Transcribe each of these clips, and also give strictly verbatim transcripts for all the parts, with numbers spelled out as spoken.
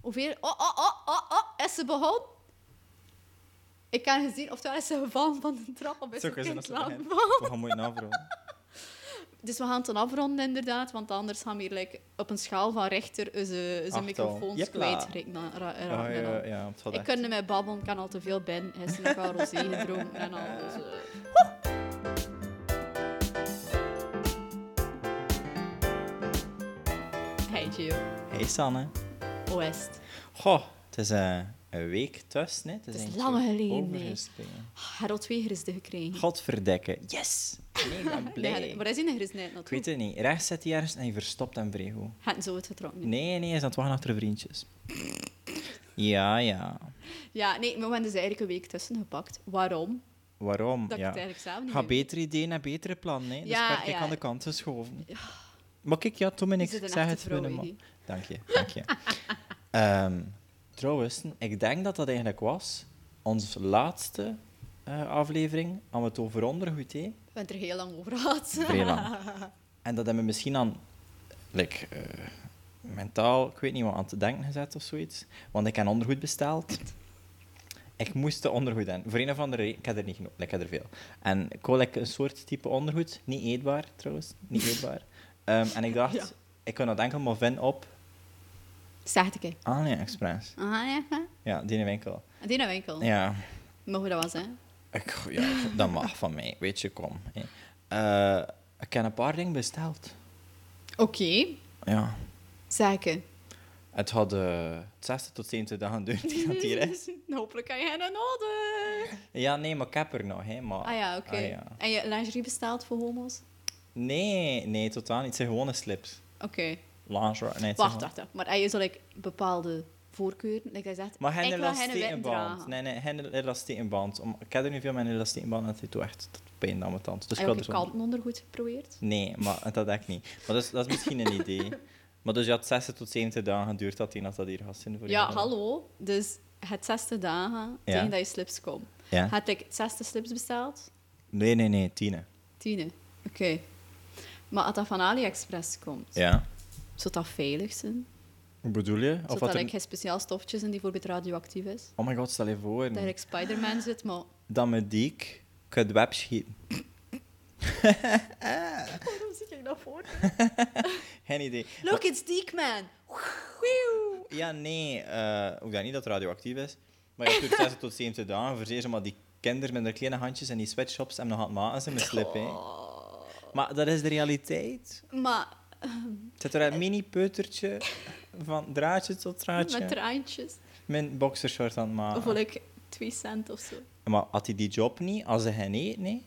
Hoeveel... Oh, oh, oh, oh, oh. Is ze begonnen? Ik heb gezien, oftewel is ze gevallen van de trap, of is ze Zo, kind zo laten begin. vallen. We gaan moeten afronden. Dus we gaan het dan afronden, inderdaad, want anders gaan we hier like, op een schaal van rechter zijn Achtel. microfoons Jepla. kwijtraken. ra- ra- Ja, raken en ja, al. ja. Het gaat Ik echt. kan niet meer babbelen, ik kan al te veel ben. Hij is nog al rosé gedronken en al. Dus, uh... Hey, Gio. Hey, Sanne. Hoe is het? Goh, het is eh, een week tussen. Hè. Het is, Het is eentje lang geleden, nee. overgespringen. Harold twee grisden gekregen. Godverdekke. Yes! Nee, ik ben blij. Nee, waar is hij een grisnijd Ik naartoe? weet het niet. Rechts zit hij ergens en hij verstopt hem vrij goed. Hadden zo het getrokken. Nee, nee, hij is aan het wachten achter vriendjes. Ja, ja. Ja, nee, maar we hebben dus eigenlijk een week tussen gepakt. Waarom? Waarom? Dat ik ja. het eigenlijk zelf niet Ga weet. betere ideeën en betere plannen. Hè. Dus Ja, werd ik ja. aan de kant geschoven. Maar kijk, ja, toen ben Je ik zit een zeg echte het vrouw, binnen, hè, man. die. Dank je, dank je. Ehm, trouwens, ik denk dat dat eigenlijk was onze laatste eh, aflevering. Aan we het over ondergoed, hè. We hebben het er heel lang over gehad. Vrij lang. En dat hebben we misschien aan... Like, eh, mentaal, ik weet niet wat aan te denken gezet of zoiets. Want ik heb ondergoed besteld. Ik moest de ondergoed aan. Voor een of andere reden... Ik heb er niet genoeg. Ik heb er veel. En ik wou like, een soort type ondergoed. Niet eetbaar, trouwens. Niet eetbaar. Ehm, en ik dacht, Ja. ik kan dat enkel maar vinden op Zeg het een keer. AliExpress. Ah, ja. hè? Ja, die winkel. Die naar winkel. Ja, Mogen we dat wel zijn? ik, ja, dat mag van mij. Weet je, kom. hè. Eh, ik heb een paar dingen besteld. Oké. Ja. Zaken. Het had uh, zestig tot zevenentwintig dagen duurt die dat hier is. Hopelijk kan jij dat nodig. Ja, nee, maar ik heb er nog. Hè, maar... Ah ja, oké. Ah, ja. En je lingerie besteld voor homo's? Nee, nee, totaal niet. Het zijn gewone slips. Oké. Lingerie. Nee, het zijn Wacht, gewoon- wacht, wacht. Maar heb je zo like, bepaalde voorkeuren? Like hij zegt, Maar geen ik wil geen witte elastiekband. dragen. Nee, nee, geen elastiekband. Om- Ik heb er nu veel met een elastiekband en het doet echt pijn aan mijn tand. Dus ik Heb ga je er ook zo... kanten ondergoed geprobeerd? Nee, maar dat echt niet. Maar dat is, dat is misschien een idee. Maar dus je had zestig tot zevenentwintig dagen geduurd dat hij dat dat hier gaat zijn voor Ja, jou. hallo. Dus het zesde dagen Ja. tegen dat je slips komt. Ja? Had ik zesde slips besteld? Nee, nee, nee, tienen. Tiende. Oké. Maar als dat van AliExpress komt, Ja. zou dat veilig zijn? Hoe bedoel je? Of Zou wat dat er... like, geen speciaal stofjes in die bijvoorbeeld radioactief is? Oh my god, stel je voor. Dat er like, Spider-Man zit, maar... Dat met diek kan het web schieten. Waarom zie ik dat voor? Geen idee. Look, it's Deekman! Wieuw. Ja, nee. eh ook dat niet dat het radioactief is. Maar je hebt zestig tot zevenentwintig dagen. Verzeer ze maar die kinderen met hun kleine handjes en die sweatshops en nog aan het maken zijn met slip, hè. Maar dat is de realiteit. Maar Het zit er een mini-peutertje van draadje tot draadje. met traantjes. Mijn boxershort aan het maken. Of like twee cent of zo. Maar had hij die job niet, als hij geen eet, nee?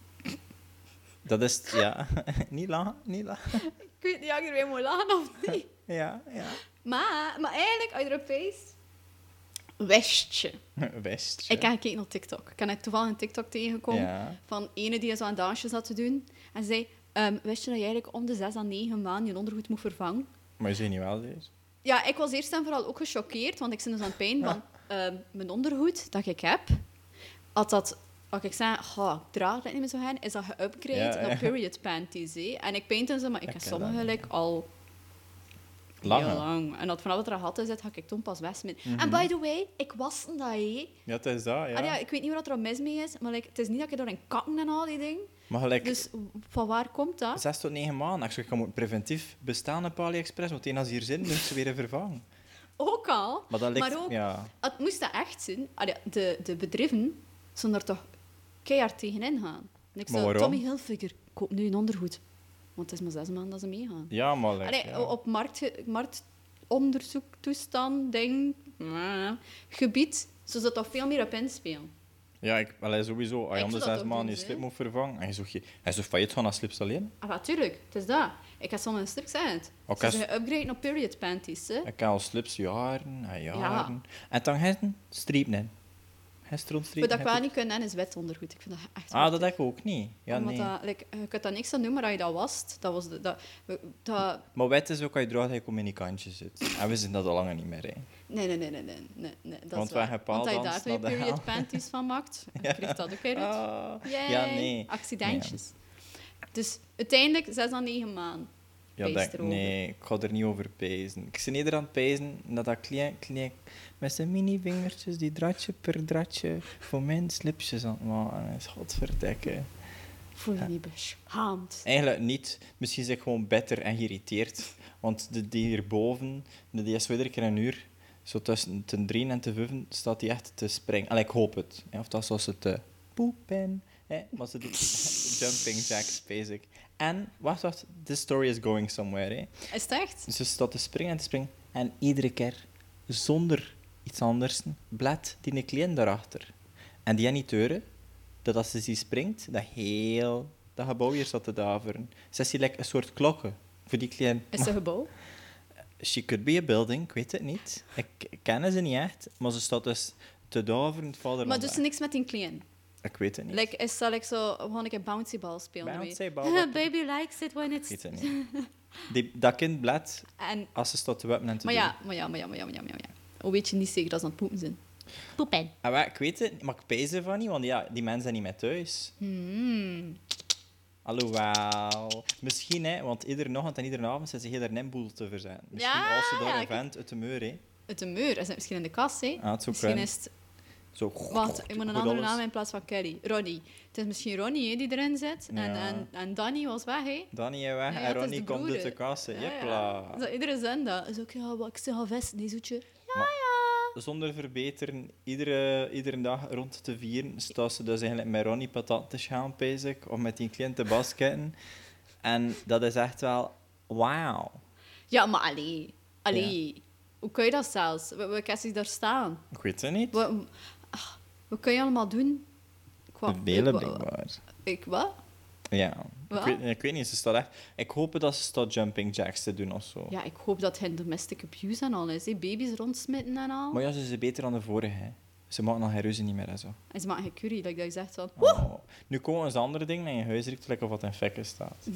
Dat is, het, ja. Niet lachen, niet lachen. Ik weet niet of ik er weer moet lachen of niet. Ja, ja. Maar, maar eigenlijk, als je erop wijst... Westje. Westje. Ik heb gekeken op TikTok. Ik heb toevallig een TikTok tegengekomen Ja. van ene die zo aan dansjes zat te doen. En ze zei, ehm, wist je dat je eigenlijk om de zes à negen maanden je ondergoed moet vervangen? Maar je ziet niet wel, dus. Ja, ik was eerst en vooral ook gechoqueerd, want ik zit dus aan het pijn van ehm, mijn ondergoed dat ik heb. Als dat... Als ik zei, oh, ik draag dat niet meer zo hen, is dat geupgrade Ja, ja. naar period panties. Hè? En ik paintte ze, maar ik Ik heb ken sommige dat niet. like, al Lang, heel hè? lang. En dat vanaf wat er had zit, ga ik toen pas wegsmeten. Mhm. En by the way, ik was dat, hè. Ja, het is dat, ja. Ah, ja, ik weet niet wat er al mis mee is, maar like, het is niet dat ik door een kakken en al die dingen. Maar gelijk, Dus van waar komt dat? zes tot negen maanden. Ik zeg, je moet preventief bestaan op AliExpress, want één als hier zin, dus ze weer vervangen. Ook al. Maar dat ligt... Maar ook- Ja. Het moest dat echt zijn. Ah, ja, de, de bedrijven zullen er toch keihard tegenin gaan. En ik Maar zei, waarom? Tommy Hilfiger, koop nu een ondergoed. Want het is maar zes maanden dat ze meegaan. Ja, maar... like, Allee, ja. op markt, marktonderzoek, toestand, ding, eh, gebied, ze zou toch veel meer op inspelen. Ja, ik, allee, sowieso. Als Ik je om de zou dat zes ook maanden doen, je hè. slip moet vervangen, en je zoekt je... Hij is toch failliet gaan als slips alleen? Ah, natuurlijk, het is dat. Ik heb sommige slips uit. Ook Ze als- zijn upgrade op period panties, hè. Ik kan al slips jaren en jaren. En dan heeft een streep in. Hij stront streep. Wat ik wel niet kan hebben, is wit ondergoed. Ik vind dat echt Ah, dat heb ik ook niet. Ja, Omdat nee. dat, like, je kunt daar niks aan doen, maar als je dat wast, dat was de, dat, we- dat... Maar wit is ook als je draagt dat je om in die kantjes zit. En we zijn dat al lang niet meer, hè. Nee, nee, nee, nee, nee, nee, nee, dat Want is waar. wij hebben Want als je paaldans daar twee naar de period hel. panties van maakt, dan krijgt dat ook weer uit. Ah. Yay, Ja, nee. accidentjes. Dus uiteindelijk zes à negen maanden. Ja, Peest denk, erover. nee, ik ga er niet over pezen. Ik ben eerder aan het pezen dat dat klein, klein, met zijn mini-vingertjes, die draadje per draadje, voor mijn slipjes aan het maken is. Godverdikke. Voel je niet beschaamd? Eigenlijk niet. Misschien is ik gewoon bitter en geïrriteerd. Want de, die hierboven, de, die is zo iedere keer een uur, zo tussen ten drie en ten vijf, staat die echt te springen. Allee, ik hoop het. Ja, of dat is zoals ze te poepen. Hè? Maar ze doet jumping jacks, basic. En, wacht, wacht. This story is going somewhere. Hè? Is het echt? Ze staat te springen en te springen. En iedere keer, zonder iets anders, blad die een klein daarachter. En die niet teuren, dat als ze die springt, dat heel dat gebouw hier staat te daveren. Ze is hier like een soort klokken voor die klein. Is het een gebouw? She could be a building, ik weet het niet. Ik, ik ken ze niet echt, maar ze staat dus te daveren het vaderland. Maar doet ze niks met die klein? Ik weet het niet. Like, is dat like zo gewoon een keer bouncy ball spelen? Bouncy ermee? ball, wat- Baby likes it when Ik it's... weet het niet. Die, dat kind blad En, als ze staat te wippen en te maar, doen. ja, maar ja, maar ja, maar ja, maar ja, maar ja. Hoe weet je niet zeker dat ze aan het poepen zijn? Poepen. Ah, wel, ik weet het, maar ik pees ervan niet, want ja, die mensen zijn niet meer thuis. Hmm. Alhoewel. Misschien, hè, want iedere ochtend en iedere avond zijn ze heel een boel te verzetten. Misschien Ja, als ze door ja, een ik- vent uit de muur, hè. Het een muur. Is het misschien in de kast, hè? Ah, het zou Misschien kunnen. is het... Zo. Wacht, ik moet een goed andere alles. naam in plaats van Kelly. Ronnie. Het is misschien Ronnie hè, die erin zit. En, Ja. en, en Danny was weg, hè? Danny is weg Ja, ja, en het is Ronnie de komt uit de broeder. kast. hè. Ja, Jepla. ja. Zo, iedere zondag is ook, ja, wat, ik zeg al vest, nee, zoetje. Ja, Maar- ja. Zonder verbeteren, iedere, iedere dag rond te vieren, staat ze dus eigenlijk met Ronnie patat te gaan, bezig, of met die cliënt te basketten. En dat is echt wel wauw. Ja, maar allee. Allee. Hoe kun je dat zelfs? Wat, wat kan je daar staan? Ik weet het niet. Wat, ah, wat kun je allemaal doen? Ik, wa- Vele ik, wa- blijkbaar. ik wat? Ja. Ik Wat? weet, ik weet niet, ze staat echt... Ik hoop dat ze staat jumping jacks te doen of zo. Ja, ik hoop dat geen domestic abuse en al is. Hè. Baby's rondsmitten en al. Maar ja, ze is beter dan de vorige. Hè. Ze maken nog geen ruzie niet meer en zo. En ze maken geen curry, like dat je zegt van... Oh. Nu komen eens andere dingen en je huis riekt lekker of wat in fekken staat.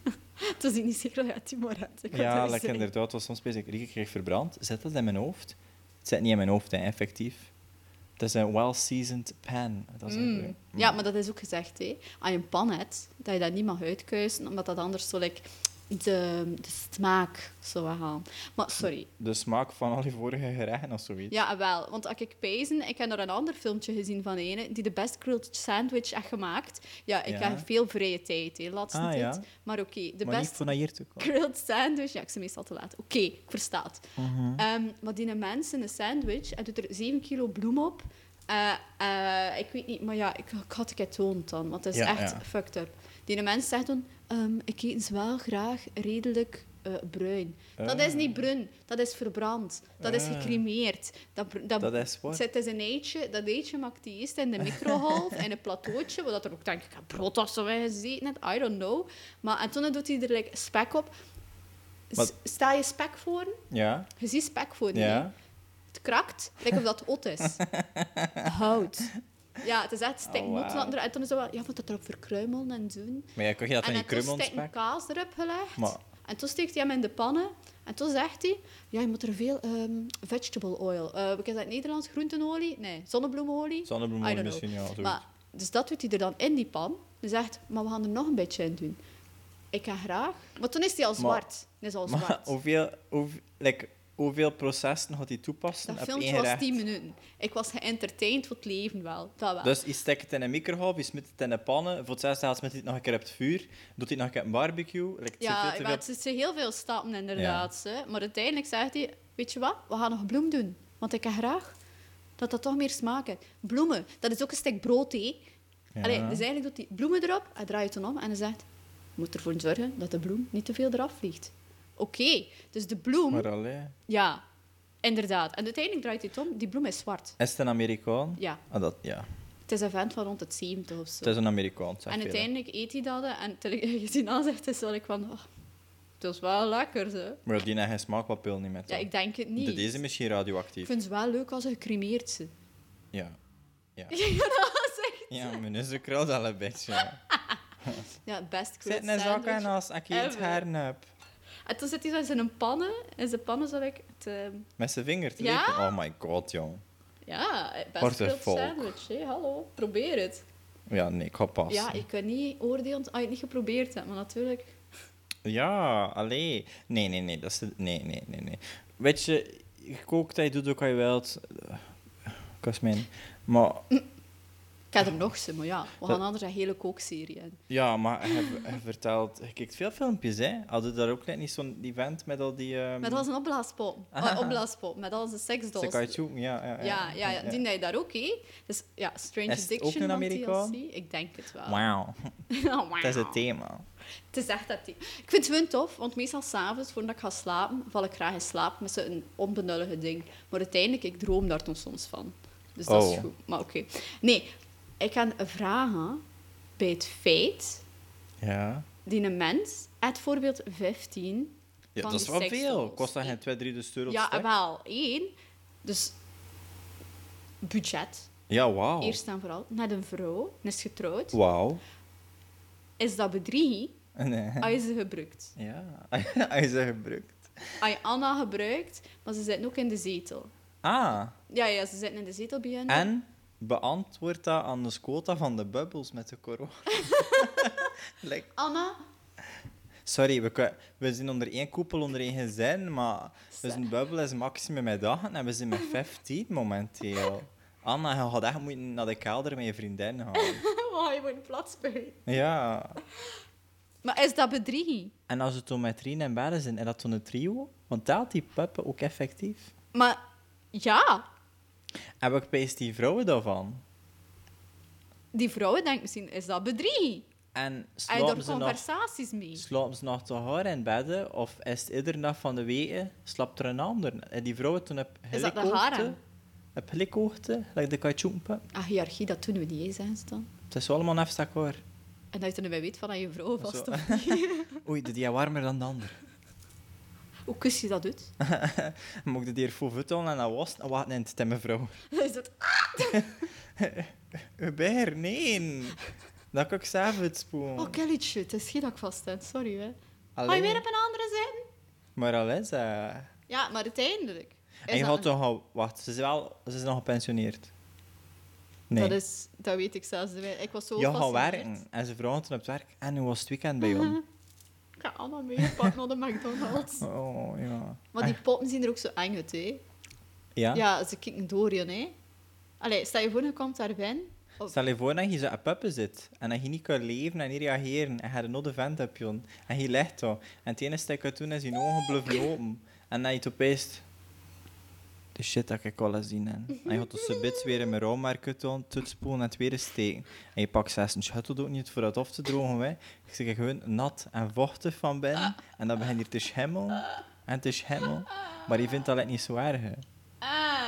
Het is niet zeker dat je tumor hebt. Ik kan Ja, dat lekker zeggen. inderdaad. Was soms bezig. Rieke kreeg verbrand. Zet dat in mijn hoofd? Het zit niet in mijn hoofd, hè, effectief. Het is een well-seasoned pan. Dat is een- Mm. Ja, maar dat is ook gezegd, hè. Als je een pan hebt, dat je dat niet mag uitkuisen, omdat dat anders zo like, de, de smaak zou weggaan. Maar sorry. De smaak van al die vorige gerechten of zoiets. Ja, wel. Want als ik pezen, ik heb er een ander filmpje gezien van een die de best grilled sandwich heeft gemaakt. Ja, ik Ja. heb veel vrije tijd, hè, laatste Ah, tijd. ja. Maar oké, de maar niet best van naar hier te komen. grilled sandwich... Ja, ik ze meestal te laat. Oké, ik versta het. Mhm. Ehm, maar die mensen een sandwich, hij doet er zeven kilo bloem op. Eh, eh, ik weet niet, maar ja, ik, ik had het getoond dan, want het is Ja, echt ja. fucked up. Die mensen zegt dan, ehm, ik eet ze wel graag redelijk eh, bruin. Dat Ah. is niet bruin, dat is verbrand. Dat is Ah. gecremeerd. Dat, br- dat, Dat is wat. Het is een eitje, dat eitje maakt hij eerst in de microgolf en een plateautje, waar dat er ook denk ik een brood of zo in gezeten heeft, I don't know. Maar, en toen doet hij er like, spek op. S- Wat? Sta je spek voor? Ja? Je ziet spek voor je. hè? Ja? Het krakt, lijkt of dat ot is. Hout. Ja, het is echt stik. Oh, moet wauw. dat er- En toen is het wel, ja, moet dat erop verkruimelen en doen. Maar ja, kan je dat van En die toen steekt een krummelspek? kaas erop gelegd. Maar- En toen steekt hij hem in de pannen. En toen zegt hij, ja, je moet er veel ehm, vegetable oil. Uh, wat is dat in het Nederlands? Groentenolie? Nee, zonnebloemolie? I Zonnebloemolie don't misschien, ja. know. Zoiets. Maar, dus dat doet hij er dan in die pan. Hij zegt, maar we gaan er nog een beetje in doen. Ik kan graag. Maar toen is hij al Maar- zwart. Hij is al Maar zwart. hoeveel, hoeveel, like, hoeveel processen gaat hij toepassen Dat op filmpje één was gerecht? tien minuten. Ik was geëntertained voor het leven wel. Dat wel. Dus je steekt het in een microgolf, je smit het in een pannen. Voor hetzelfde geld smit je het nog een keer op het vuur. Doet hij nog een keer een barbecue. Like, het zit ja, veel te maar veel- het is heel veel stappen inderdaad. Hè. Maar uiteindelijk zegt hij, weet je wat, we gaan nog bloem doen. Want ik heb graag dat dat toch meer smaak heeft. Bloemen, dat is ook een stuk brood, hè. Ja. Allee, dus eigenlijk doet hij bloemen erop, hij draait het om en hij zegt, je moet ervoor zorgen dat de bloem niet te veel eraf vliegt. Oké, dus de bloem, Maar allee. ja, inderdaad. En uiteindelijk draait hij het om, die bloem is zwart. Is het een Amerikaan? Ja, Ah, dat, ja. het is een vent van rond het zeventig of zo. Het is een Amerikaan, zeg En veel, hè. uiteindelijk eet hij dat en terwijl je gezien aan zegt, is ik van, oh, het is wel lekker, ze. Maar die heeft geen smaakpapil niet met. Ja, ik denk het niet. De, deze is misschien Ik radioactief. vind het wel leuk als ze gecremeerd zijn. Ja. Ja, Ja, dat zegt ja mijn neus krult al een beetje. Ja, het best Zit een zak en als ik je het Ever. haar heb. En toen zit hij zo in zijn pannen. In zijn pannen zal ik het... ehm, Met zijn vinger te Ja? lepelen. Oh my god, jong. ja, best Wordt veel een volk. sandwich. Hè? Hallo, probeer het. Ja, nee, ik ga passen. Ja, ik kan niet oordelen als je het niet geprobeerd hebt, maar natuurlijk... Ja, allee. Nee, nee, nee. Dat is... Nee, nee, nee, nee. Weet je, je kookt en je doet ook wat je wilt. Kasmijn. Maar... Ik heb er nog ze, maar ja, we Dat- gaan anders een hele kookserie in. Ja, maar je, je vertelt... Je kijkt veel filmpjes, hè? Hadden daar ook net niet zo'n event met al die... Um... Met al zijn opblaaspop. Ah. Uh, opblaaspop, met al zijn seksdolls. Ze kan je het zoeken, ja. Ja, Ja, ja, ja, die heb je daar ook, hè. Dus ja, Strange Is het ook Addiction een van Amerikaan? T L C. Ik denk het wel. Wauw. Wauw. Dat is het thema. Het is echt dat thema. Ik vind het wel tof, want meestal s'avonds, voordat ik ga slapen, val ik graag in slaap met zo'n onbenullige ding. Maar uiteindelijk, ik droom daar nog soms van. Dus dat is Oh. goed. Maar oké. Nee, ik ga vragen bij het feit Ja. die een mens, het voorbeeld vijftien, Ja, van dat is die wel veel. seksdolls, Kost dat hè. geen twee, drie dus euro Ja, stuk? wel. Één. Dus budget. Ja, wauw. Eerst en vooral. Met een vrouw. En is getrouwd. Wauw. Is dat bedriegen Nee. als je ze gebruikt. Ja, als je ze gebruikt. Als je Anna gebruikt, maar ze zitten ook in de zetel. Ah, Ja, ja, ze zitten in de zetel bij hen. en beantwoord dat aan de quota van de bubbels met de corona. Like, Anna, sorry, we, kun- we zijn onder één koepel, onder één gezin, maar we zijn bubbel is maximum met dagen en we zijn met vijftien momenteel. Anna, je had echt moeten naar de kelder met je vriendin gaan. oh, je moet een plaats bij. Ja. Maar is dat bedriegen? En als we toen met drieën in bed zijn, is dat toen een trio? Want telt die puppen ook effectief? Maar ja, En wat peest die vrouwen daarvan? die vrouwen denken misschien, is dat bedriegen? En En je slapen er ze, nog, conversaties mee. slapen ze nog te haar in bedden? Of is het iedere dag van de weken slaapt er een ander? En die vrouwen toen op Is dat de gelijkhoogte... harem? Op gelijkhoogte, like de kaitjoenpup. Ah, hiërarchie, dat doen we niet eens, hè, dan. Het is allemaal nefst akkoord. En dat je dan weer weet van dat je vrouw vast Zo. of niet. Oei, de die warmer dan de ander. Hoe kus je dat doet? Mocht je die hier voor voeten en dat was... Wat neemt het, mevrouw? Dan is het... Hubert, nee. Dat kan ik zelf uitspoelen. Oh, Kelly, shit, het is geen dat ik vast heb. Sorry, hè. Ga je Allee. weer op een andere zin? Maar al is dat... Ja, maar uiteindelijk... is En je dat gaat een- toch al... Wacht, ze is, wel, ze is nog gepensioneerd. Nee. Dat, is, dat weet ik zelfs. Ik was zo Je gaat gefascineerd. werken. En ze vragen toen op het werk. En hoe was het weekend bij jou? Ik ga Anna meepakken naar de McDonald's. Oh, ja. Maar die potten zien er ook zo eng uit, hè. Ja? Ja, ze kijken door je, hè. Allee, stel je voor, je komt daar binnen. Of- Stel je voor dat je zo op puppen zit. En dat je niet kan leven en niet reageren. En je hebt een oude vent op je. En je ligt daar. En het enige dat je kan doen is je ogen blijven open. En dan je het opeens... De shit dat ik al eens zien heb. En je gaat dus een bits weer in mijn rouwmerk doen, toetspoelen en het weer eens steken. En je pakt zes een shuttle ook niet voor het af te drogen. Hè. Ik zeg gewoon nat en vochtig van binnen. En dan begint hier te schimmelen. En te schimmelen. Maar je vindt dat like niet zo erg. Hè. Ah.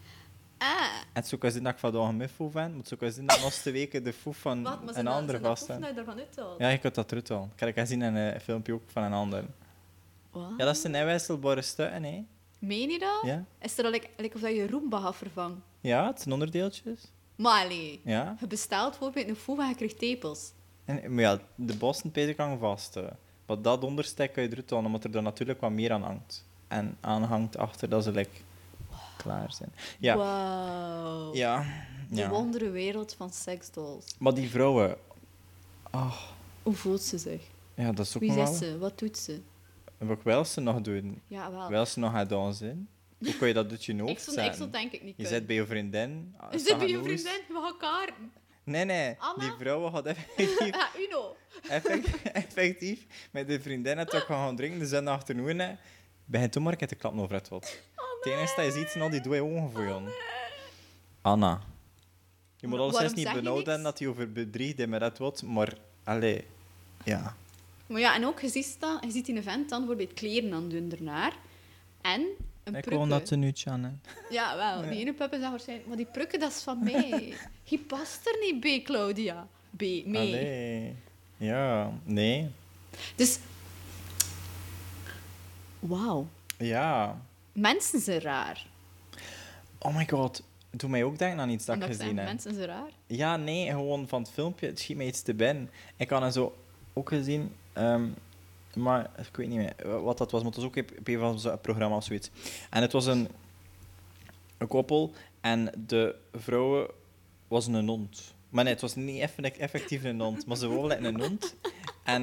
Ah. En zo kan zien dat ik vandaag een muffel vind. Maar zo kan zien dat nog de weken de foef van Wat? Maar een zijn andere dat, vast zijn zijn. dat poefen dat je daarvan Ja, je kunt dat terug al. Kijk, ik zien in een filmpje ook van een ander. Ja, dat zijn inwisselbare stukken, hè. Meen je dat? Ja. Is er al like, like of dat je Roomba gaat vervangen? Ja, het zijn onderdeeltjes. Maar allee, Ja. je bestelt bijvoorbeeld een foef en je krijgt tepels. En, maar ja, de bossen pees ik aan vast. hè. Maar dat onderstek kan je eruit halen, omdat er dan natuurlijk wat meer aan hangt. En aan hangt achter dat ze like, klaar zijn. Ja. Wauw. Ja. De ja. wondere wereld van seksdolls. Maar die vrouwen... Oh, Hoe voelt ze zich? ja, dat is ook Wie nog is wel... ze? Wat doet ze? Wat wil ze nog doen? Ja, wel. Wil ze nog gaan dansen? Hoe kan je dat uit je ik hoofd zou, ik zetten? zou denk ik niet Je kunnen. zit bij je vriendin. Je zit bij je vriendin, we gaan kaarten. Nee, nee. Anna? Die vrouwen hadden effectief, Ja, Uno. effect- effectief met de vriendin het ook gaan drinken. De zin achternoen. hè. Begint toen maar een keer te klappen over het wat. Het enige dat je ziet zijn al die dode ogen voor je. Anna. Je moet Maar alles waarom niet zeg je benauwd niks? hebben dat hij over bedriegt met dat wat. Maar, allee. Ja. Maar ja, en ook, je ziet, dat, je ziet die vent dan bijvoorbeeld kleren aan doen ernaar. En een Ik prukke. wil dat ze nu aan. Ja, wel. Die ene puppen zegt waarschijnlijk, maar die prukke, dat is van mij. Je past er niet bij, Claudia. B, mee. Allee. Ja, nee. Dus, wauw. Ja. Mensen zijn raar. Oh my god. Doe mij ook denken aan iets dat ik Omdat ik gezien zeg, heb. mensen zijn raar. Ja, nee, gewoon van het filmpje. Het schiet me iets te binnen. Ik had het zo ook gezien, ehm, maar ik weet niet meer wat dat was, maar het was ook op een van zo'n programma of zoiets. En het was een, een koppel en de vrouw was een hond. Maar nee, het was niet effen- effectief een hond, maar ze wou like een hond. En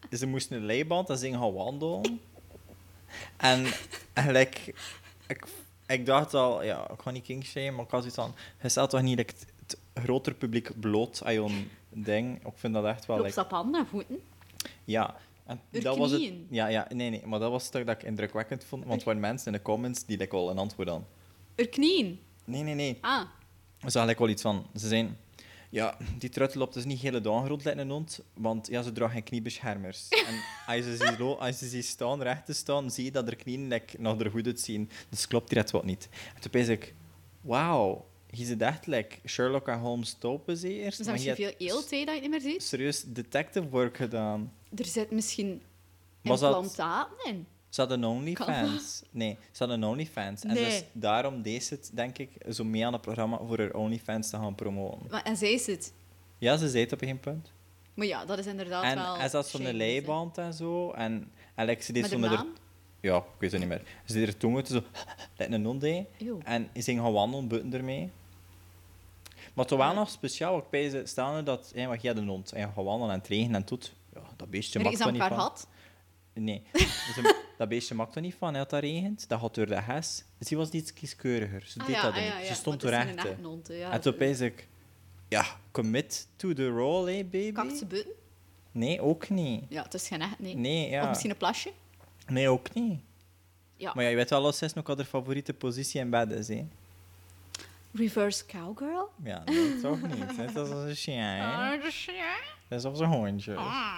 ze moesten een leiband en ze gingen gaan wandelen. En eigenlijk... Ik, ik dacht al, ja, ik ga niet kingshamen, maar ik had zoiets van... Je staat toch niet like, het, het groter publiek bloot aan je ding? Ik vind dat echt wel... Loop Like, ze op handen en voeten? ja. En Uw dat was het, knieën. ja, ja, nee, nee, maar dat was het toch dat ik indrukwekkend vond. Want er waren mensen in de comments die like, al een antwoord hadden. Uw knieën? Nee, nee, nee. Ah. Ze hadden like, wel iets van... Ze zijn... Ja, die truit loopt dus niet hele dagen rond lijkt een hond, want ja, ze dragen geen kniebeschermers. En als je, ze ziet, lo- als je ze ziet staan, recht te staan, zie je dat haar knieën like, nog er goed uitzien. Dus klopt direct wat niet. En toen zei ik, wauw, je zit echt like Sherlock en Holmes topen ze eerst. Dus maar dat je is veel hebt eelt, hè, dat je het niet meer ziet. serieus detective work gedaan. Er zit misschien Was dat- implantaten in. Ze hadden OnlyFans. Nee, ze hadden OnlyFans. En Nee. dus daarom deed ze het, denk ik, zo mee aan het programma voor haar OnlyFans te gaan promoten. Maar, en zij zit. Ja, ze zei het op een punt. Maar ja, dat is inderdaad En wel... hij zat zo'n shady, leiband en zo. En Alex deed Met zo de met haar... naam? Ja, ik weet het niet meer. Ze deed haar tong uit, zo... Lijkt een hond, hè. Eeuw. En ze ging gaan wandelen buiten ermee. Maar toch wel Ja. nog speciaal. Ik bij ze staan dat... Ja, maar jij had een hond. En je gaat wandelen en het regent en tot... Ja, dat beestje Er mag is toch aan niet elkaar van... had. Nee. Dus een- dat beestje mag er niet van, hè, dat dat regent. Dat gaat door de hes. Ze was iets kieskeuriger. Ze Ah, deed ja, dat ah, niet. ja, ja. Ze stond Maar er het is echt. een hè. echte hond, hè, ja. En toen zei ik... Ja, commit to the role, hè, baby. Kakt ze buiten? Nee, ook niet. Ja, het is geen echt... Nee. Nee, ja. Of misschien een plasje? Nee, ook niet. Ja. Maar ja, je weet wel, als ook al haar favoriete positie in bed is, hè. Reverse cowgirl? Ja, nee, toch niet. Net als een chien, hè. Ah, dus ja. Dat is als een hondje.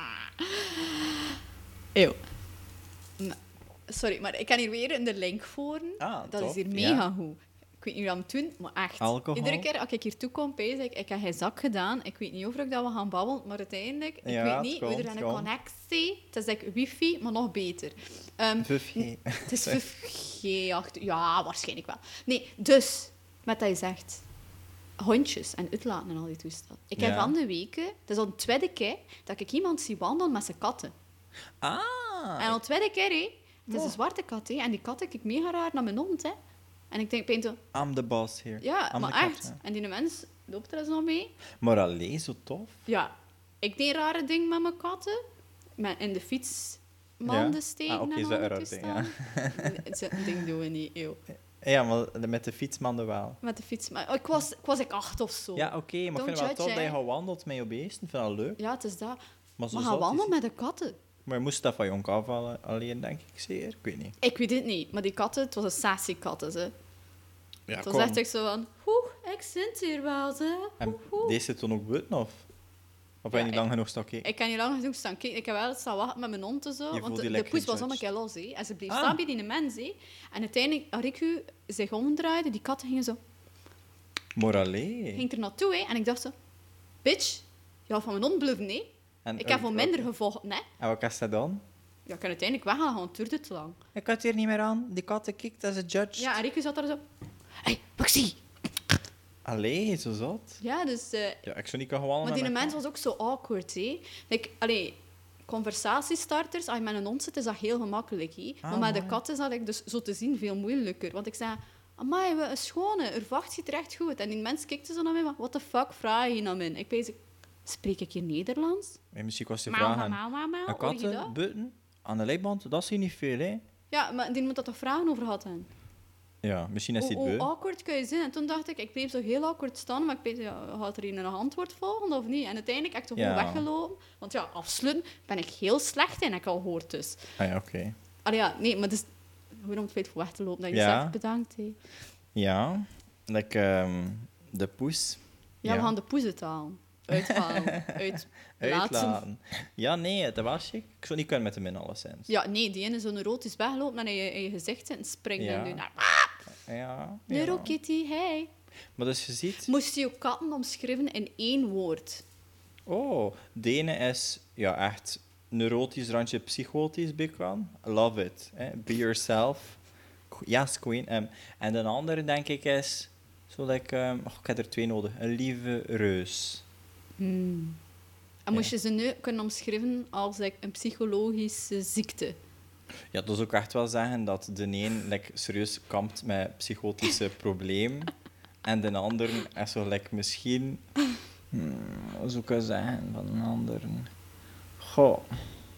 Eeuw. Nou, sorry, maar ik kan hier weer in de link voeren. Ah, dat top. is hier Ja. mega goed. Ik weet niet hoe dat moet doen, maar echt. Alcohol? Iedere keer als ik hier toe kom, pees ik, ik heb geen zak gedaan. Ik weet niet of ik dat we gaan babbelen, maar uiteindelijk, ik Ja, weet het niet, komt, we er een het komt. connectie. Het is like wifi, maar nog beter. Ehm, Vufje. het is vijf G acht. Ja, waarschijnlijk wel. Nee, dus, met dat je zegt, hondjes en uitlaten en al die toestand. Ik heb Ja. van de weken, het is al de tweede keer, dat ik iemand zie wandelen met zijn katten. Ah. En al de tweede keer, hè. Het is Oh. een zwarte kat, hè. En die kat kijk mega raar naar mijn hond, hè. En ik denk, Pinto, I'm the boss here. ja, I'm maar the cat, echt. ja. En die mens loopt er eens nog mee. Maar alleen zo tof. Ja, ik deed rare dingen met mijn katten. Met in de fietsmanden Ja? steken Ah, oké, en zo al die raar ding, ja. toestanden. Nee, zo'n ding doen we niet, eeuw. Ja, maar met de fietsmanden wel. Met de fiets. Maar ik was, ik was ik acht of zo. Ja, oké, maar ik Don't vind het wel judge, tof dat je hè. gaat wandelt met je beesten. Ik vind dat leuk. Ja, het is dat. Maar zo Maar zot gaan is wandelen het. met de katten. Maar je moest dat van jonk af al- alleen, denk ik zeer. Ik weet niet. Ik weet het niet, maar die katten, het was een sassy katten, ze. Ja, Het was echt echt zo van, oeh, ik zit hier wel, ze. En Oeh, oeh. deze zit toen ook buiten, of? Of ben je Ja, niet ik- lang genoeg staan kijken? Ik kan niet lang genoeg staan kijken. Ik heb wel staan wachten met mijn hond en zo. Je Want voelt de, je de lekker poes was al een gejudged. keer los. Hè. En ze bleef Ah. staan bij die mens. Hè. En uiteindelijk, als Riku zich omdraaide, die katten gingen zo... Moralé. Ging er naartoe, hè. En ik dacht zo... Bitch, je had van mijn hond bluffen, hè. En, Ik heb eh, voor minder gevolgd, nee. En wat kan ze dan? Ja, ik kan uiteindelijk weggaan, want het duurde te lang. Ik had hier niet meer aan. Die katten kikt als een judge. Ja, en Riku zat daar zo... Hé, hey, Maxi! Allee, zo zat. Ja, dus... eh, Ja, ik zou niet kunnen gewoon maar die mens was ook zo awkward, hè. Like, allee, conversatiestarters, als je met een hond zit, is dat heel gemakkelijk, hè. Ah, maar met de mooi. kat is dat like, dus zo te zien veel moeilijker. Want ik zei... Amai, we een schone. Er vacht ziet er echt goed. En die mens kijkt zo naar mij, maar what the fuck vraag je naar mij? Ik weet, spreek ik hier Nederlands? Ja, misschien was de Mauw, vraag mauw, aan mauw, mauw, mauw. een Hoor je dat? katten buiten aan de leiband. Dat zie je niet veel, hè? Ja, maar die moet dat toch vragen over gehad hebben? Ja, misschien is Hoe, hij het hoe beu. awkward kun je zijn? En toen dacht ik, ik bleef zo heel awkward staan, maar ik weet, ja, gaat er hier een antwoord volgen of niet? En uiteindelijk heb ik toch Ja. gewoon weggelopen. Want ja, afsluiten ben ik heel slecht in, heb ik al gehoord dus. Ah ja, oké. Allee, ja, nee, maar dus... Gewoon om het feit voor weg te lopen, dat je Ja. zegt bedankt. Hè. Ja, like, ehm, de poes. Ja, we gaan de poes uithalen. Uithalen. Uit... Laten. Uitlaten. Ja, nee, dat was ik. Ik zou niet kunnen met hem in, alleszins. Ja, nee, die ene zo'n rood is weggelopen en in je, in je gezicht zit en springt Ja. en doet naar... Ja. Neuro ja. Kitty, hey. Maar dus je ziet... Moest je je katten omschrijven in één woord? Oh, de ene is ja, echt neurotisch, randje psychotisch, big one. Love it. Hè? Be yourself. Yes, queen. Ehm, en de andere, denk ik, is... Zo like, ehm, oh, ik heb er twee nodig. Een lieve reus. Hmm. En moest je ze nu kunnen omschrijven als like, een psychologische ziekte? Ja, dat is ook echt wel zeggen dat de een like, serieus kampt met psychotische problemen. En de ander is zo like, misschien... Hmm, wat zou ik zeggen van een ander? Goh.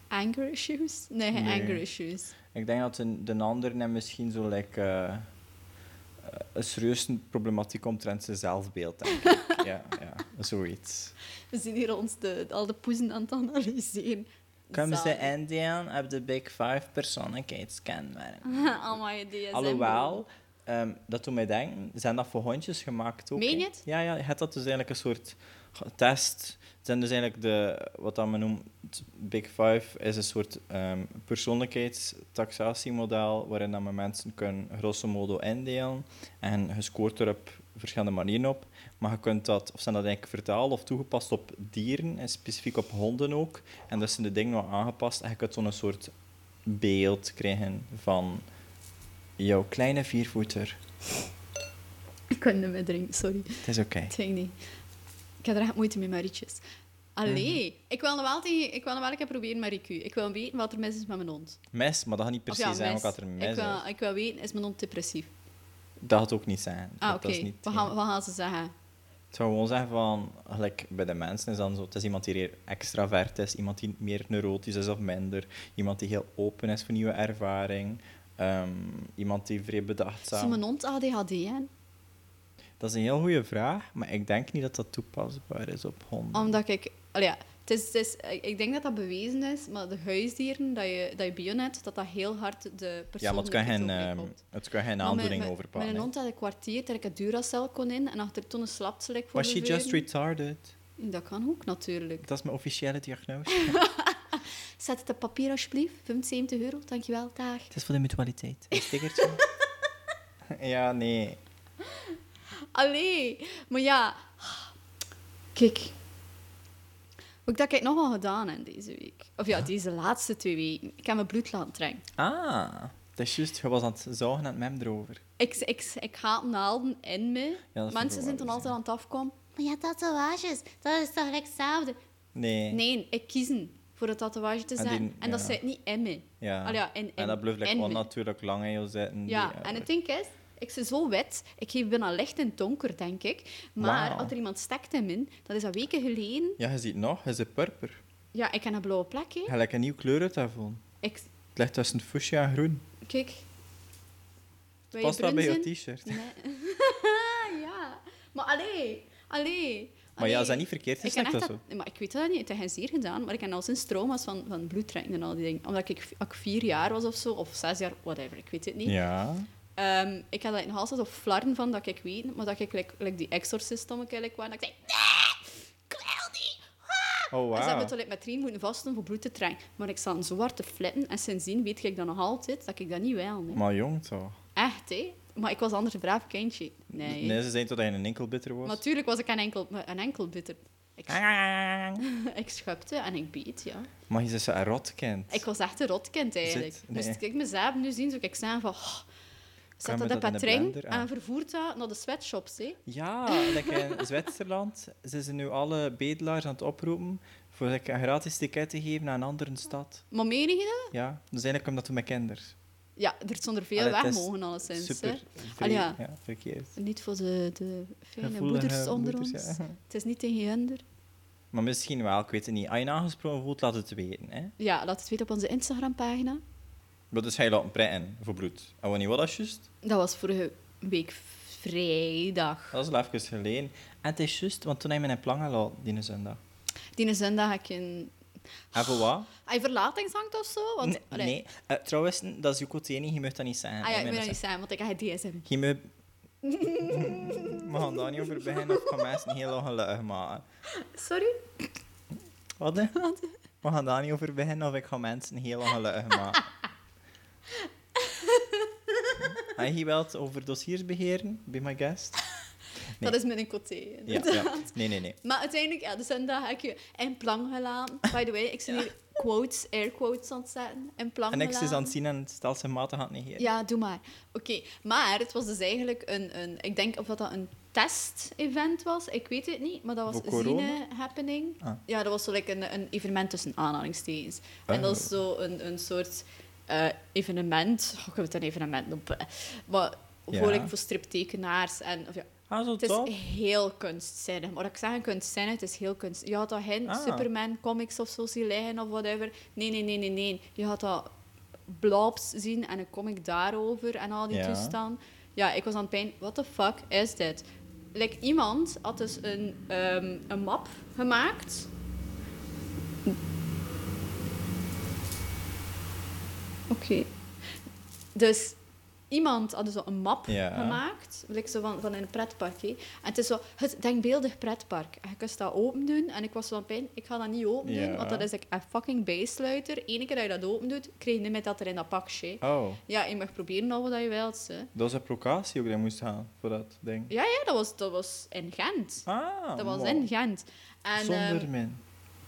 Anger issues? Nee, geen Nee. anger issues. Ik denk dat de, de anderen en misschien zo like, eh, eh, een serieuze problematiek omtrent zijn zelfbeeld, denk ik. ja, ja, zoiets. We zijn hier ons de, al de poezen aan het analyseren. Kunnen ze Zalig. indelen op de Big Five persoonlijkheidskenmerken? Allemaal je D S M. Alhoewel, ehm, dat doet mij denken, zijn dat voor hondjes gemaakt ook? Meen je hè? het? Ja, ja, je hebt dat dus eigenlijk een soort test. Het zijn dus eigenlijk de, wat dat men noemt, Big Five, is een soort ehm persoonlijkheidstaxatiemodel waarin dat men mensen kunnen grosso modo indelen. En je scoort er op verschillende manieren op. Maar je kunt dat, of zijn dat eigenlijk vertaald of toegepast op dieren, en specifiek op honden ook. En dus zijn de dingen wat aangepast en je kunt zo'n soort beeld krijgen van jouw kleine viervoeter. Ik kan niet meer drinken, sorry. Het is oké. Het ging niet. Ik heb er echt moeite mee met rietjes. Allee, Mhm. ik wil nog wel tegen, ik wil nog wel een keer proberen met Riku. Ik wil weten wat er mis is met mijn hond. Mes, maar dat gaat niet per Of se ja, zijn mis. wat er mis ik, wil, is. ik wil weten, is mijn hond depressief? Dat gaat ook niet zijn. Ah, Dat oké. is niet, Wat, gaan, wat gaan ze zeggen? Het zou gewoon zeggen van, gelijk bij de mensen is dan zo, het is iemand die hier extravert is, iemand die meer neurotisch is of minder, iemand die heel open is voor nieuwe ervaring, ehm, iemand die vrij Is bedachtzaam... mijn hond A D H D, hè? Dat is een heel goede vraag, maar ik denk niet dat dat toepasbaar is op honden. Omdat ik... Allee, ja, het is, het is, ik denk dat dat bewezen is, maar de huisdieren dat je, dat je bio hebt, dat dat heel hard de persoon Ja, maar het kan geen, overeenkomt. ehm, het kan geen Maar aandoening mijn- overpakken. Mijn hè. hond had een kwartier dat ik een Duracell kon in en achter toen een slapselijk voor Was she de just veuren. retarded? Dat kan ook, natuurlijk. Dat is mijn officiële diagnose. Zet het op papier, alsjeblieft. vijfenzeventig euro, dankjewel, dag. Het is voor de mutualiteit. Een stickertje? Ja, nee. Allee, maar ja... Kijk. Wat dat ik nog wel gedaan heb deze week. Of ja, deze laatste twee weken. Ik heb mijn bloed laten trekken. Ah, dat is juist. Je was aan het zagen en het mem erover. Ik, ik, ik ga naalden in me. Ja, dat is Mensen zijn toen verwarrend, altijd aan het afkomen. Maar ja, tatoeages, dat is toch gelijk hetzelfde? Nee. Nee, ik kiezen voor een tatoeage te En zetten. die- En dat ja. zit niet in me. Ja. Allee, ja, in, in, en dat blijft like, in me. onnatuurlijk lang in jou zitten. Ja, Die, en eh, het ding is, ik zie zo wit. Ik geef bijna licht in het donker, denk ik. Maar Wauw. als er iemand stekt in me, dat is al weken geleden. Ja, je ziet nog, je ziet purper. Ja, ik heb een blauwe plek, hè. Je hebt like, een nieuw kleur uit daarvan. Ik, Het ligt tussen fuchsia en groen. kijk. Wil Past je wel bij bruin jouw zijn? t-shirt. Nee. ja. Maar allee, allee. Maar ja, allee. is dat niet verkeerd Ik, heb gezegd echt of dat, zo? nee, maar ik weet dat niet, het heeft geen zeer gedaan, maar ik heb al sinds trauma's van, van bloedtrekken en al die dingen. Omdat ik, als ik vier jaar was of zo, of zes jaar, whatever, ik weet het niet. Ja. Ehm, ik had dat nog altijd op flarden van dat ik weet, maar dat ik like, like die exorcist om elkaar like, kwam, dat ik zei, nee, ik wil niet. Oh, En ze hebben wow. toen like, met trien moeten vastdoen voor bloed te trekken. Maar ik zat zo hard te flippen en sindsdien weet ik dan nog altijd dat ik dat niet wil. Nee. Maar jong, toch? Echt, hè? Maar ik was anders een braaf kindje. Nee. Nee, ze zei toch dat je een enkelbitter was? Natuurlijk was ik een enkel, een enkel bitter. Ik, ik schupte en ik beet, ja. Maar je is zo een rotkind. Ik was echt een rotkind eigenlijk. Zit- nee. Moest ik mezelf nu zien, zou ik zeggen van... Oh, zet Kan dat je op dat een in de trein blender? Ah. en vervoert dat naar de sweatshops, hè. Ja, like in Zwitserland zijn ze nu alle bedelaars aan het oproepen voor like, een gratis ticket te geven naar een andere stad. Maar meen je dat? Ja, dus eigenlijk omdat we met kinderen. Ja, er zonder veel Allee, het weg is mogen, alleszins. Super Hè. vreemd, ja. ja, verkeerd. Niet voor de, de fijne Gevoelige moeders onder moeders, ons. ja. Het is niet tegen hinder. Maar misschien wel, ik weet het niet. Als je je aangesproken voelt, laat het weten. Hè? Ja, laat het weten op onze Instagram-pagina. Maar dus ga je laten prikken voor bloed. En wanneer was dat juist? Dat was vorige week vrijdag. Dat is al even geleden. En het is juist, want toen heb je me in plan gelaten, die zondag. Die zondag heb ik een... En voor wat? Heb je verlatingsangst of zo? Want, Nee, allee. nee. Eh, trouwens, dat is ook het enige, je mag dat niet zeggen. Ah ja, hè, ik wil dat mensen. niet zijn, want ik heb D S M. Je moet... We gaan daar niet over beginnen of gaan mensen heel ongelukkig maken. Sorry? Wat? hè? We gaan daar niet over beginnen of ik ga mensen heel ongelukkig maken. Heb je geweld over dossiers beheren? Be my guest. Nee. Dat is mijn coté, Ja, inderdaad. ja. Nee, nee, nee. Maar uiteindelijk, ja, de zondag heb ik je in plan gelaten. By the way, ik zie hier quotes, air quotes aan het zetten. In plan En ik is gelaten. aan het zien en het stelselmatig aan het negeren. Ja, doe maar. Oké, maar het was dus eigenlijk een, een... Ik denk of dat, dat een test-event was, ik weet het niet. Maar dat was Voor corona? Zine Happening. Ah. Ja, dat was zo like een, een evenement tussen aanhalingstekens. En Oh. dat is zo een, een soort eh, evenement... Oh, ik heb het een evenement noemen. Maar Ja. voor, like, voor striptekenaars. En, of ja, Ah, zo het is tof. heel kunstzinnig. Maar dat ik zeg kunstzinnig, het is heel kunstzinnig. Je had dat geen Ah. Superman comics of zo zien liggen of whatever. Nee, nee, nee, nee, nee. Je had dat blobs zien en een comic daarover en al die Ja. toestanden. Ja, ik was aan het pijn. What the fuck is dit? Like, iemand had dus een, ehm, een map gemaakt. Oké. Dus iemand had zo een map Ja. gemaakt, like zo van, van een pretpark. Hè. En het is zo het denkbeeldig pretpark. En je kunt dat open doen. En ik was zo aan het pijn, ik ga dat niet open doen, Ja. want dat is like, een fucking bijsluiter. Eén keer dat je dat open doet, krijg je niet met dat er in dat pakje. Oh, Ja, je mag proberen al wat je wilt. Hè. dat was een locatie ook dat je moest gaan voor dat ding. Ja, ja, dat was, dat was in Gent. Ah, Dat was mooi. in Gent. En, Zonder ehm, min.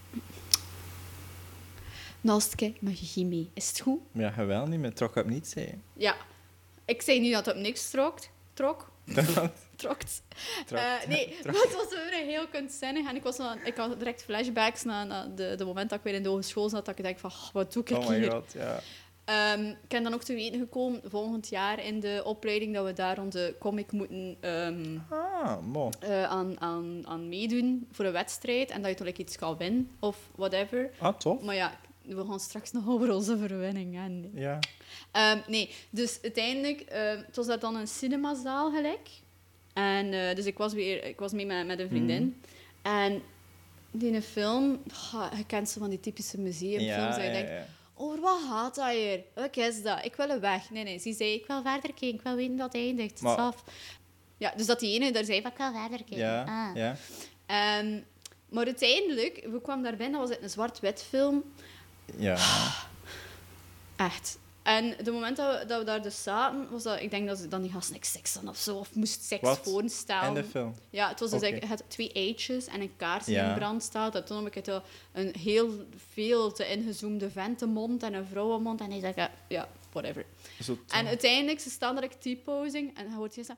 Nastke, mag je hier mee? Is het goed? Ja, je wel niet, maar trok op niet zeggen. Ja. Ik zei niet dat het op niks trok. Trok. Trokt. Trok. Eh, nee, Trok. maar het was weer heel kunstzinnig. En ik, was dan, ik had direct flashbacks naar, naar de, de moment dat ik weer in de hogeschool zat. Dat ik denk van, oh, wat doe ik Oh my hier? god, ja. Ehm, ik ben dan ook te weten gekomen, volgend jaar in de opleiding, dat we daar onze comic moeten ehm, Ah, mooi. eh, aan, aan, aan meedoen voor een wedstrijd. En dat je toch like, iets kan winnen of whatever. Ah, tof. Maar ja, we gaan straks nog over onze verwinning gaan. Ja. Ehm, nee, dus uiteindelijk, ehm, het was dat dan een cinemazaal gelijk. En eh, dus ik was, weer, ik was mee met, met een vriendin. En die een film, ah, je kent ze van die typische museumfilms, Ja, dat je ja, denkt, ja. over wat gaat dat hier? Wat is dat? Ik wil een weg. Nee, nee, ze zei, ik wil verder kijken, ik wil weten dat het eindigt. Het is Maar- af. Ja, dus dat die ene daar zei, van, ik wil verder kijken. Ja, Ah. ja. Ehm, maar uiteindelijk, we kwamen daar binnen, was het een zwart-wit film. Ja. Echt. En de moment dat we, dat we daar dus zaten, was dat, ik denk dat ze dan die gast niks seks hadden of zo, of moest seks Wat? voorstellen. En de film. Ja, het was dus Oké. like, het twee eitjes en een kaars die Ja. in brand staat. En toen heb ik het wel een heel veel te ingezoomde ventenmond en een vrouwenmond. En hij zei, ja, ja, whatever. Zo tof. En uiteindelijk, ze staan er T-posing en dan hoort je zo...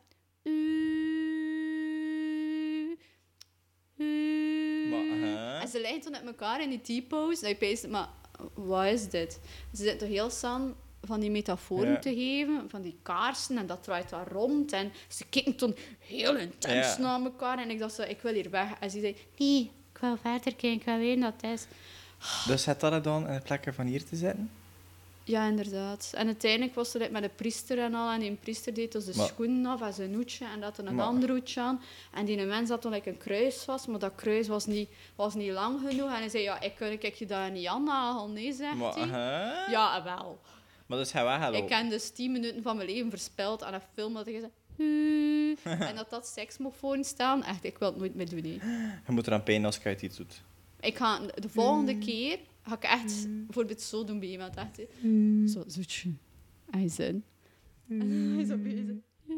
Maar, hè? En ze liggen toen met elkaar in die T-pose. Dat je peest, maar wat is dit? Ze zitten toch heel san van die metaforen Ja. te geven, van die kaarsen, en dat draait daar rond. En ze keken toen heel intens Ja. naar elkaar. En ik dacht zo, ik wil hier weg. En ze zei, nee, ik wil verder kijken, ik wil weten dat het is. Dus had dat dan in de plekken van hier te zetten? Ja, inderdaad. En uiteindelijk was het met de priester en al. En die priester deed dus de Maar- schoenen af en zijn hoedje. En dat er een Maar- ander hoedje aan. En die mens had toen like, een kruis vast, maar dat kruis was niet, was niet lang genoeg. En hij zei, ja, ik kan ik je daar niet aan nagel. Nee, zegt Maar, hij. hè? Ja, wel. Maar dus hij weggelopen. Ik heb dus tien minuten van mijn leven verspild aan een film dat ik zei... en dat dat seks mocht voorstaan. Echt, ik wil het nooit meer doen. Hè. Je moet er aan pijn als je het iets doet. Ik ga de volgende keer ga ik echt bijvoorbeeld zo doen bij iemand. Echt, hè. Zo, zoetje. Hij zin. En hij is zo bezig.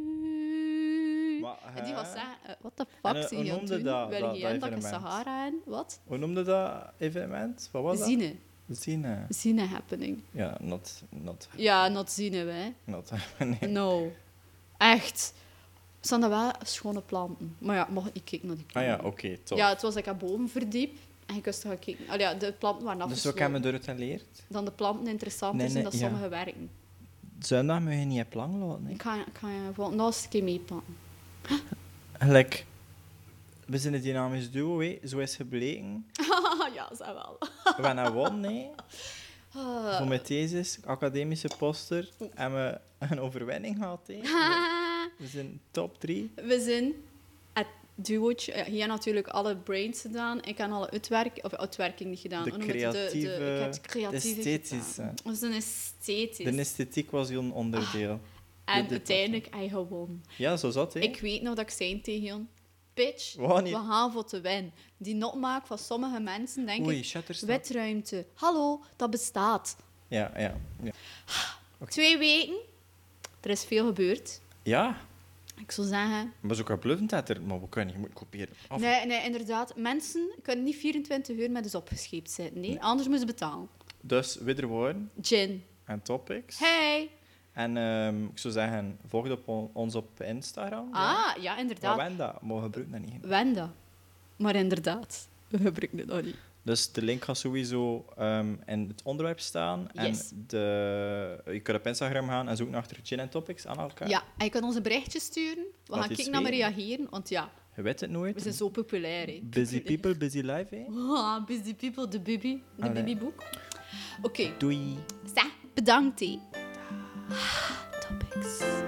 Maar, En die hè? gaat zeggen, uh, what the En, fuck eh, zie hoe je aan het noemde doen? dat- Wil dat- je dat in dat ik evenement? Sahara in? Wat? Hoe noemde dat evenement? Wat was dat? Zine. Zine. Zine happening. Ja, not... not, Ja, not zine, hè. not nee. No. Echt. Er staan daar wel schone planten. Maar ja, mag ik kijken naar die Ah planten. ja, oké, top. Ja, het was like, boven verdiep. En je kon gaan kijken. Allee, ja, de planten waren Dus zo afgesloten. kan men door het geleerd. Dan de planten interessant Nee, is nee, en dat ja. sommige werken. Zondag moet je niet op lang laten. Ik ga, ik ga je volgende naast een keer meepakken. Gelijk, we zijn een dynamisch duo, hè. Zo is gebleken. Ja, dat wel. We hebben gewonnen, hè. Ah. Voor mijn thesis, academische poster, en we een overwinning gehad, hè. We zijn top drie. We zijn het duootje. Ja, hier heb natuurlijk alle brains gedaan. Ik heb alle uitwerking, of uitwerking niet gedaan. De Hoe noem je het? creatieve, de, de, ik heb het creatieve esthetische. gedaan. Dat is een esthetisch. De esthetiek was een onderdeel. En dit uiteindelijk heb je gewonnen. Ja, zo zat, hè. Ik weet nog dat ik zei tegen Jon, bitch, Wat niet? we gaan voor te winnen. Die notmaak van sommige mensen denken, Oei, Shutterstock. wetruimte. Hallo, dat bestaat. Ja, ja. Ja. Twee weken, er is veel gebeurd. Ja, Ik zou zeggen... maar zo kan bluffen dat er... Maar we kunnen, je moet kopiëren. Af. Nee, nee, inderdaad. Mensen kunnen niet vierentwintig uur met ons opgescheept zitten. Nee? Anders moeten ze betalen. Dus, wederwoorden Gin. en topics. Hey. En ehm, ik zou zeggen, volg op on- ons op Instagram. Ja. Ah, ja, Maar inderdaad. Wenda, mogen gebruiken dat niet. Wenda. Maar inderdaad, we gebruiken het nog niet. Dus de link gaat sowieso um, in het onderwerp staan. Yes. En de, je kunt op Instagram gaan en zoeken achter Gin en Topics aan elkaar. Ja, en je kan ons een berichtje sturen. We Laat gaan iets kijken naar me weten. reageren, want ja, Je weet het nooit. we zijn zo populair. Hè. Busy people, busy life. Hè? Ah, busy people, de baby. De Allee. babyboek. Oké, Doei. zeg, bedankt. Hè. Topics.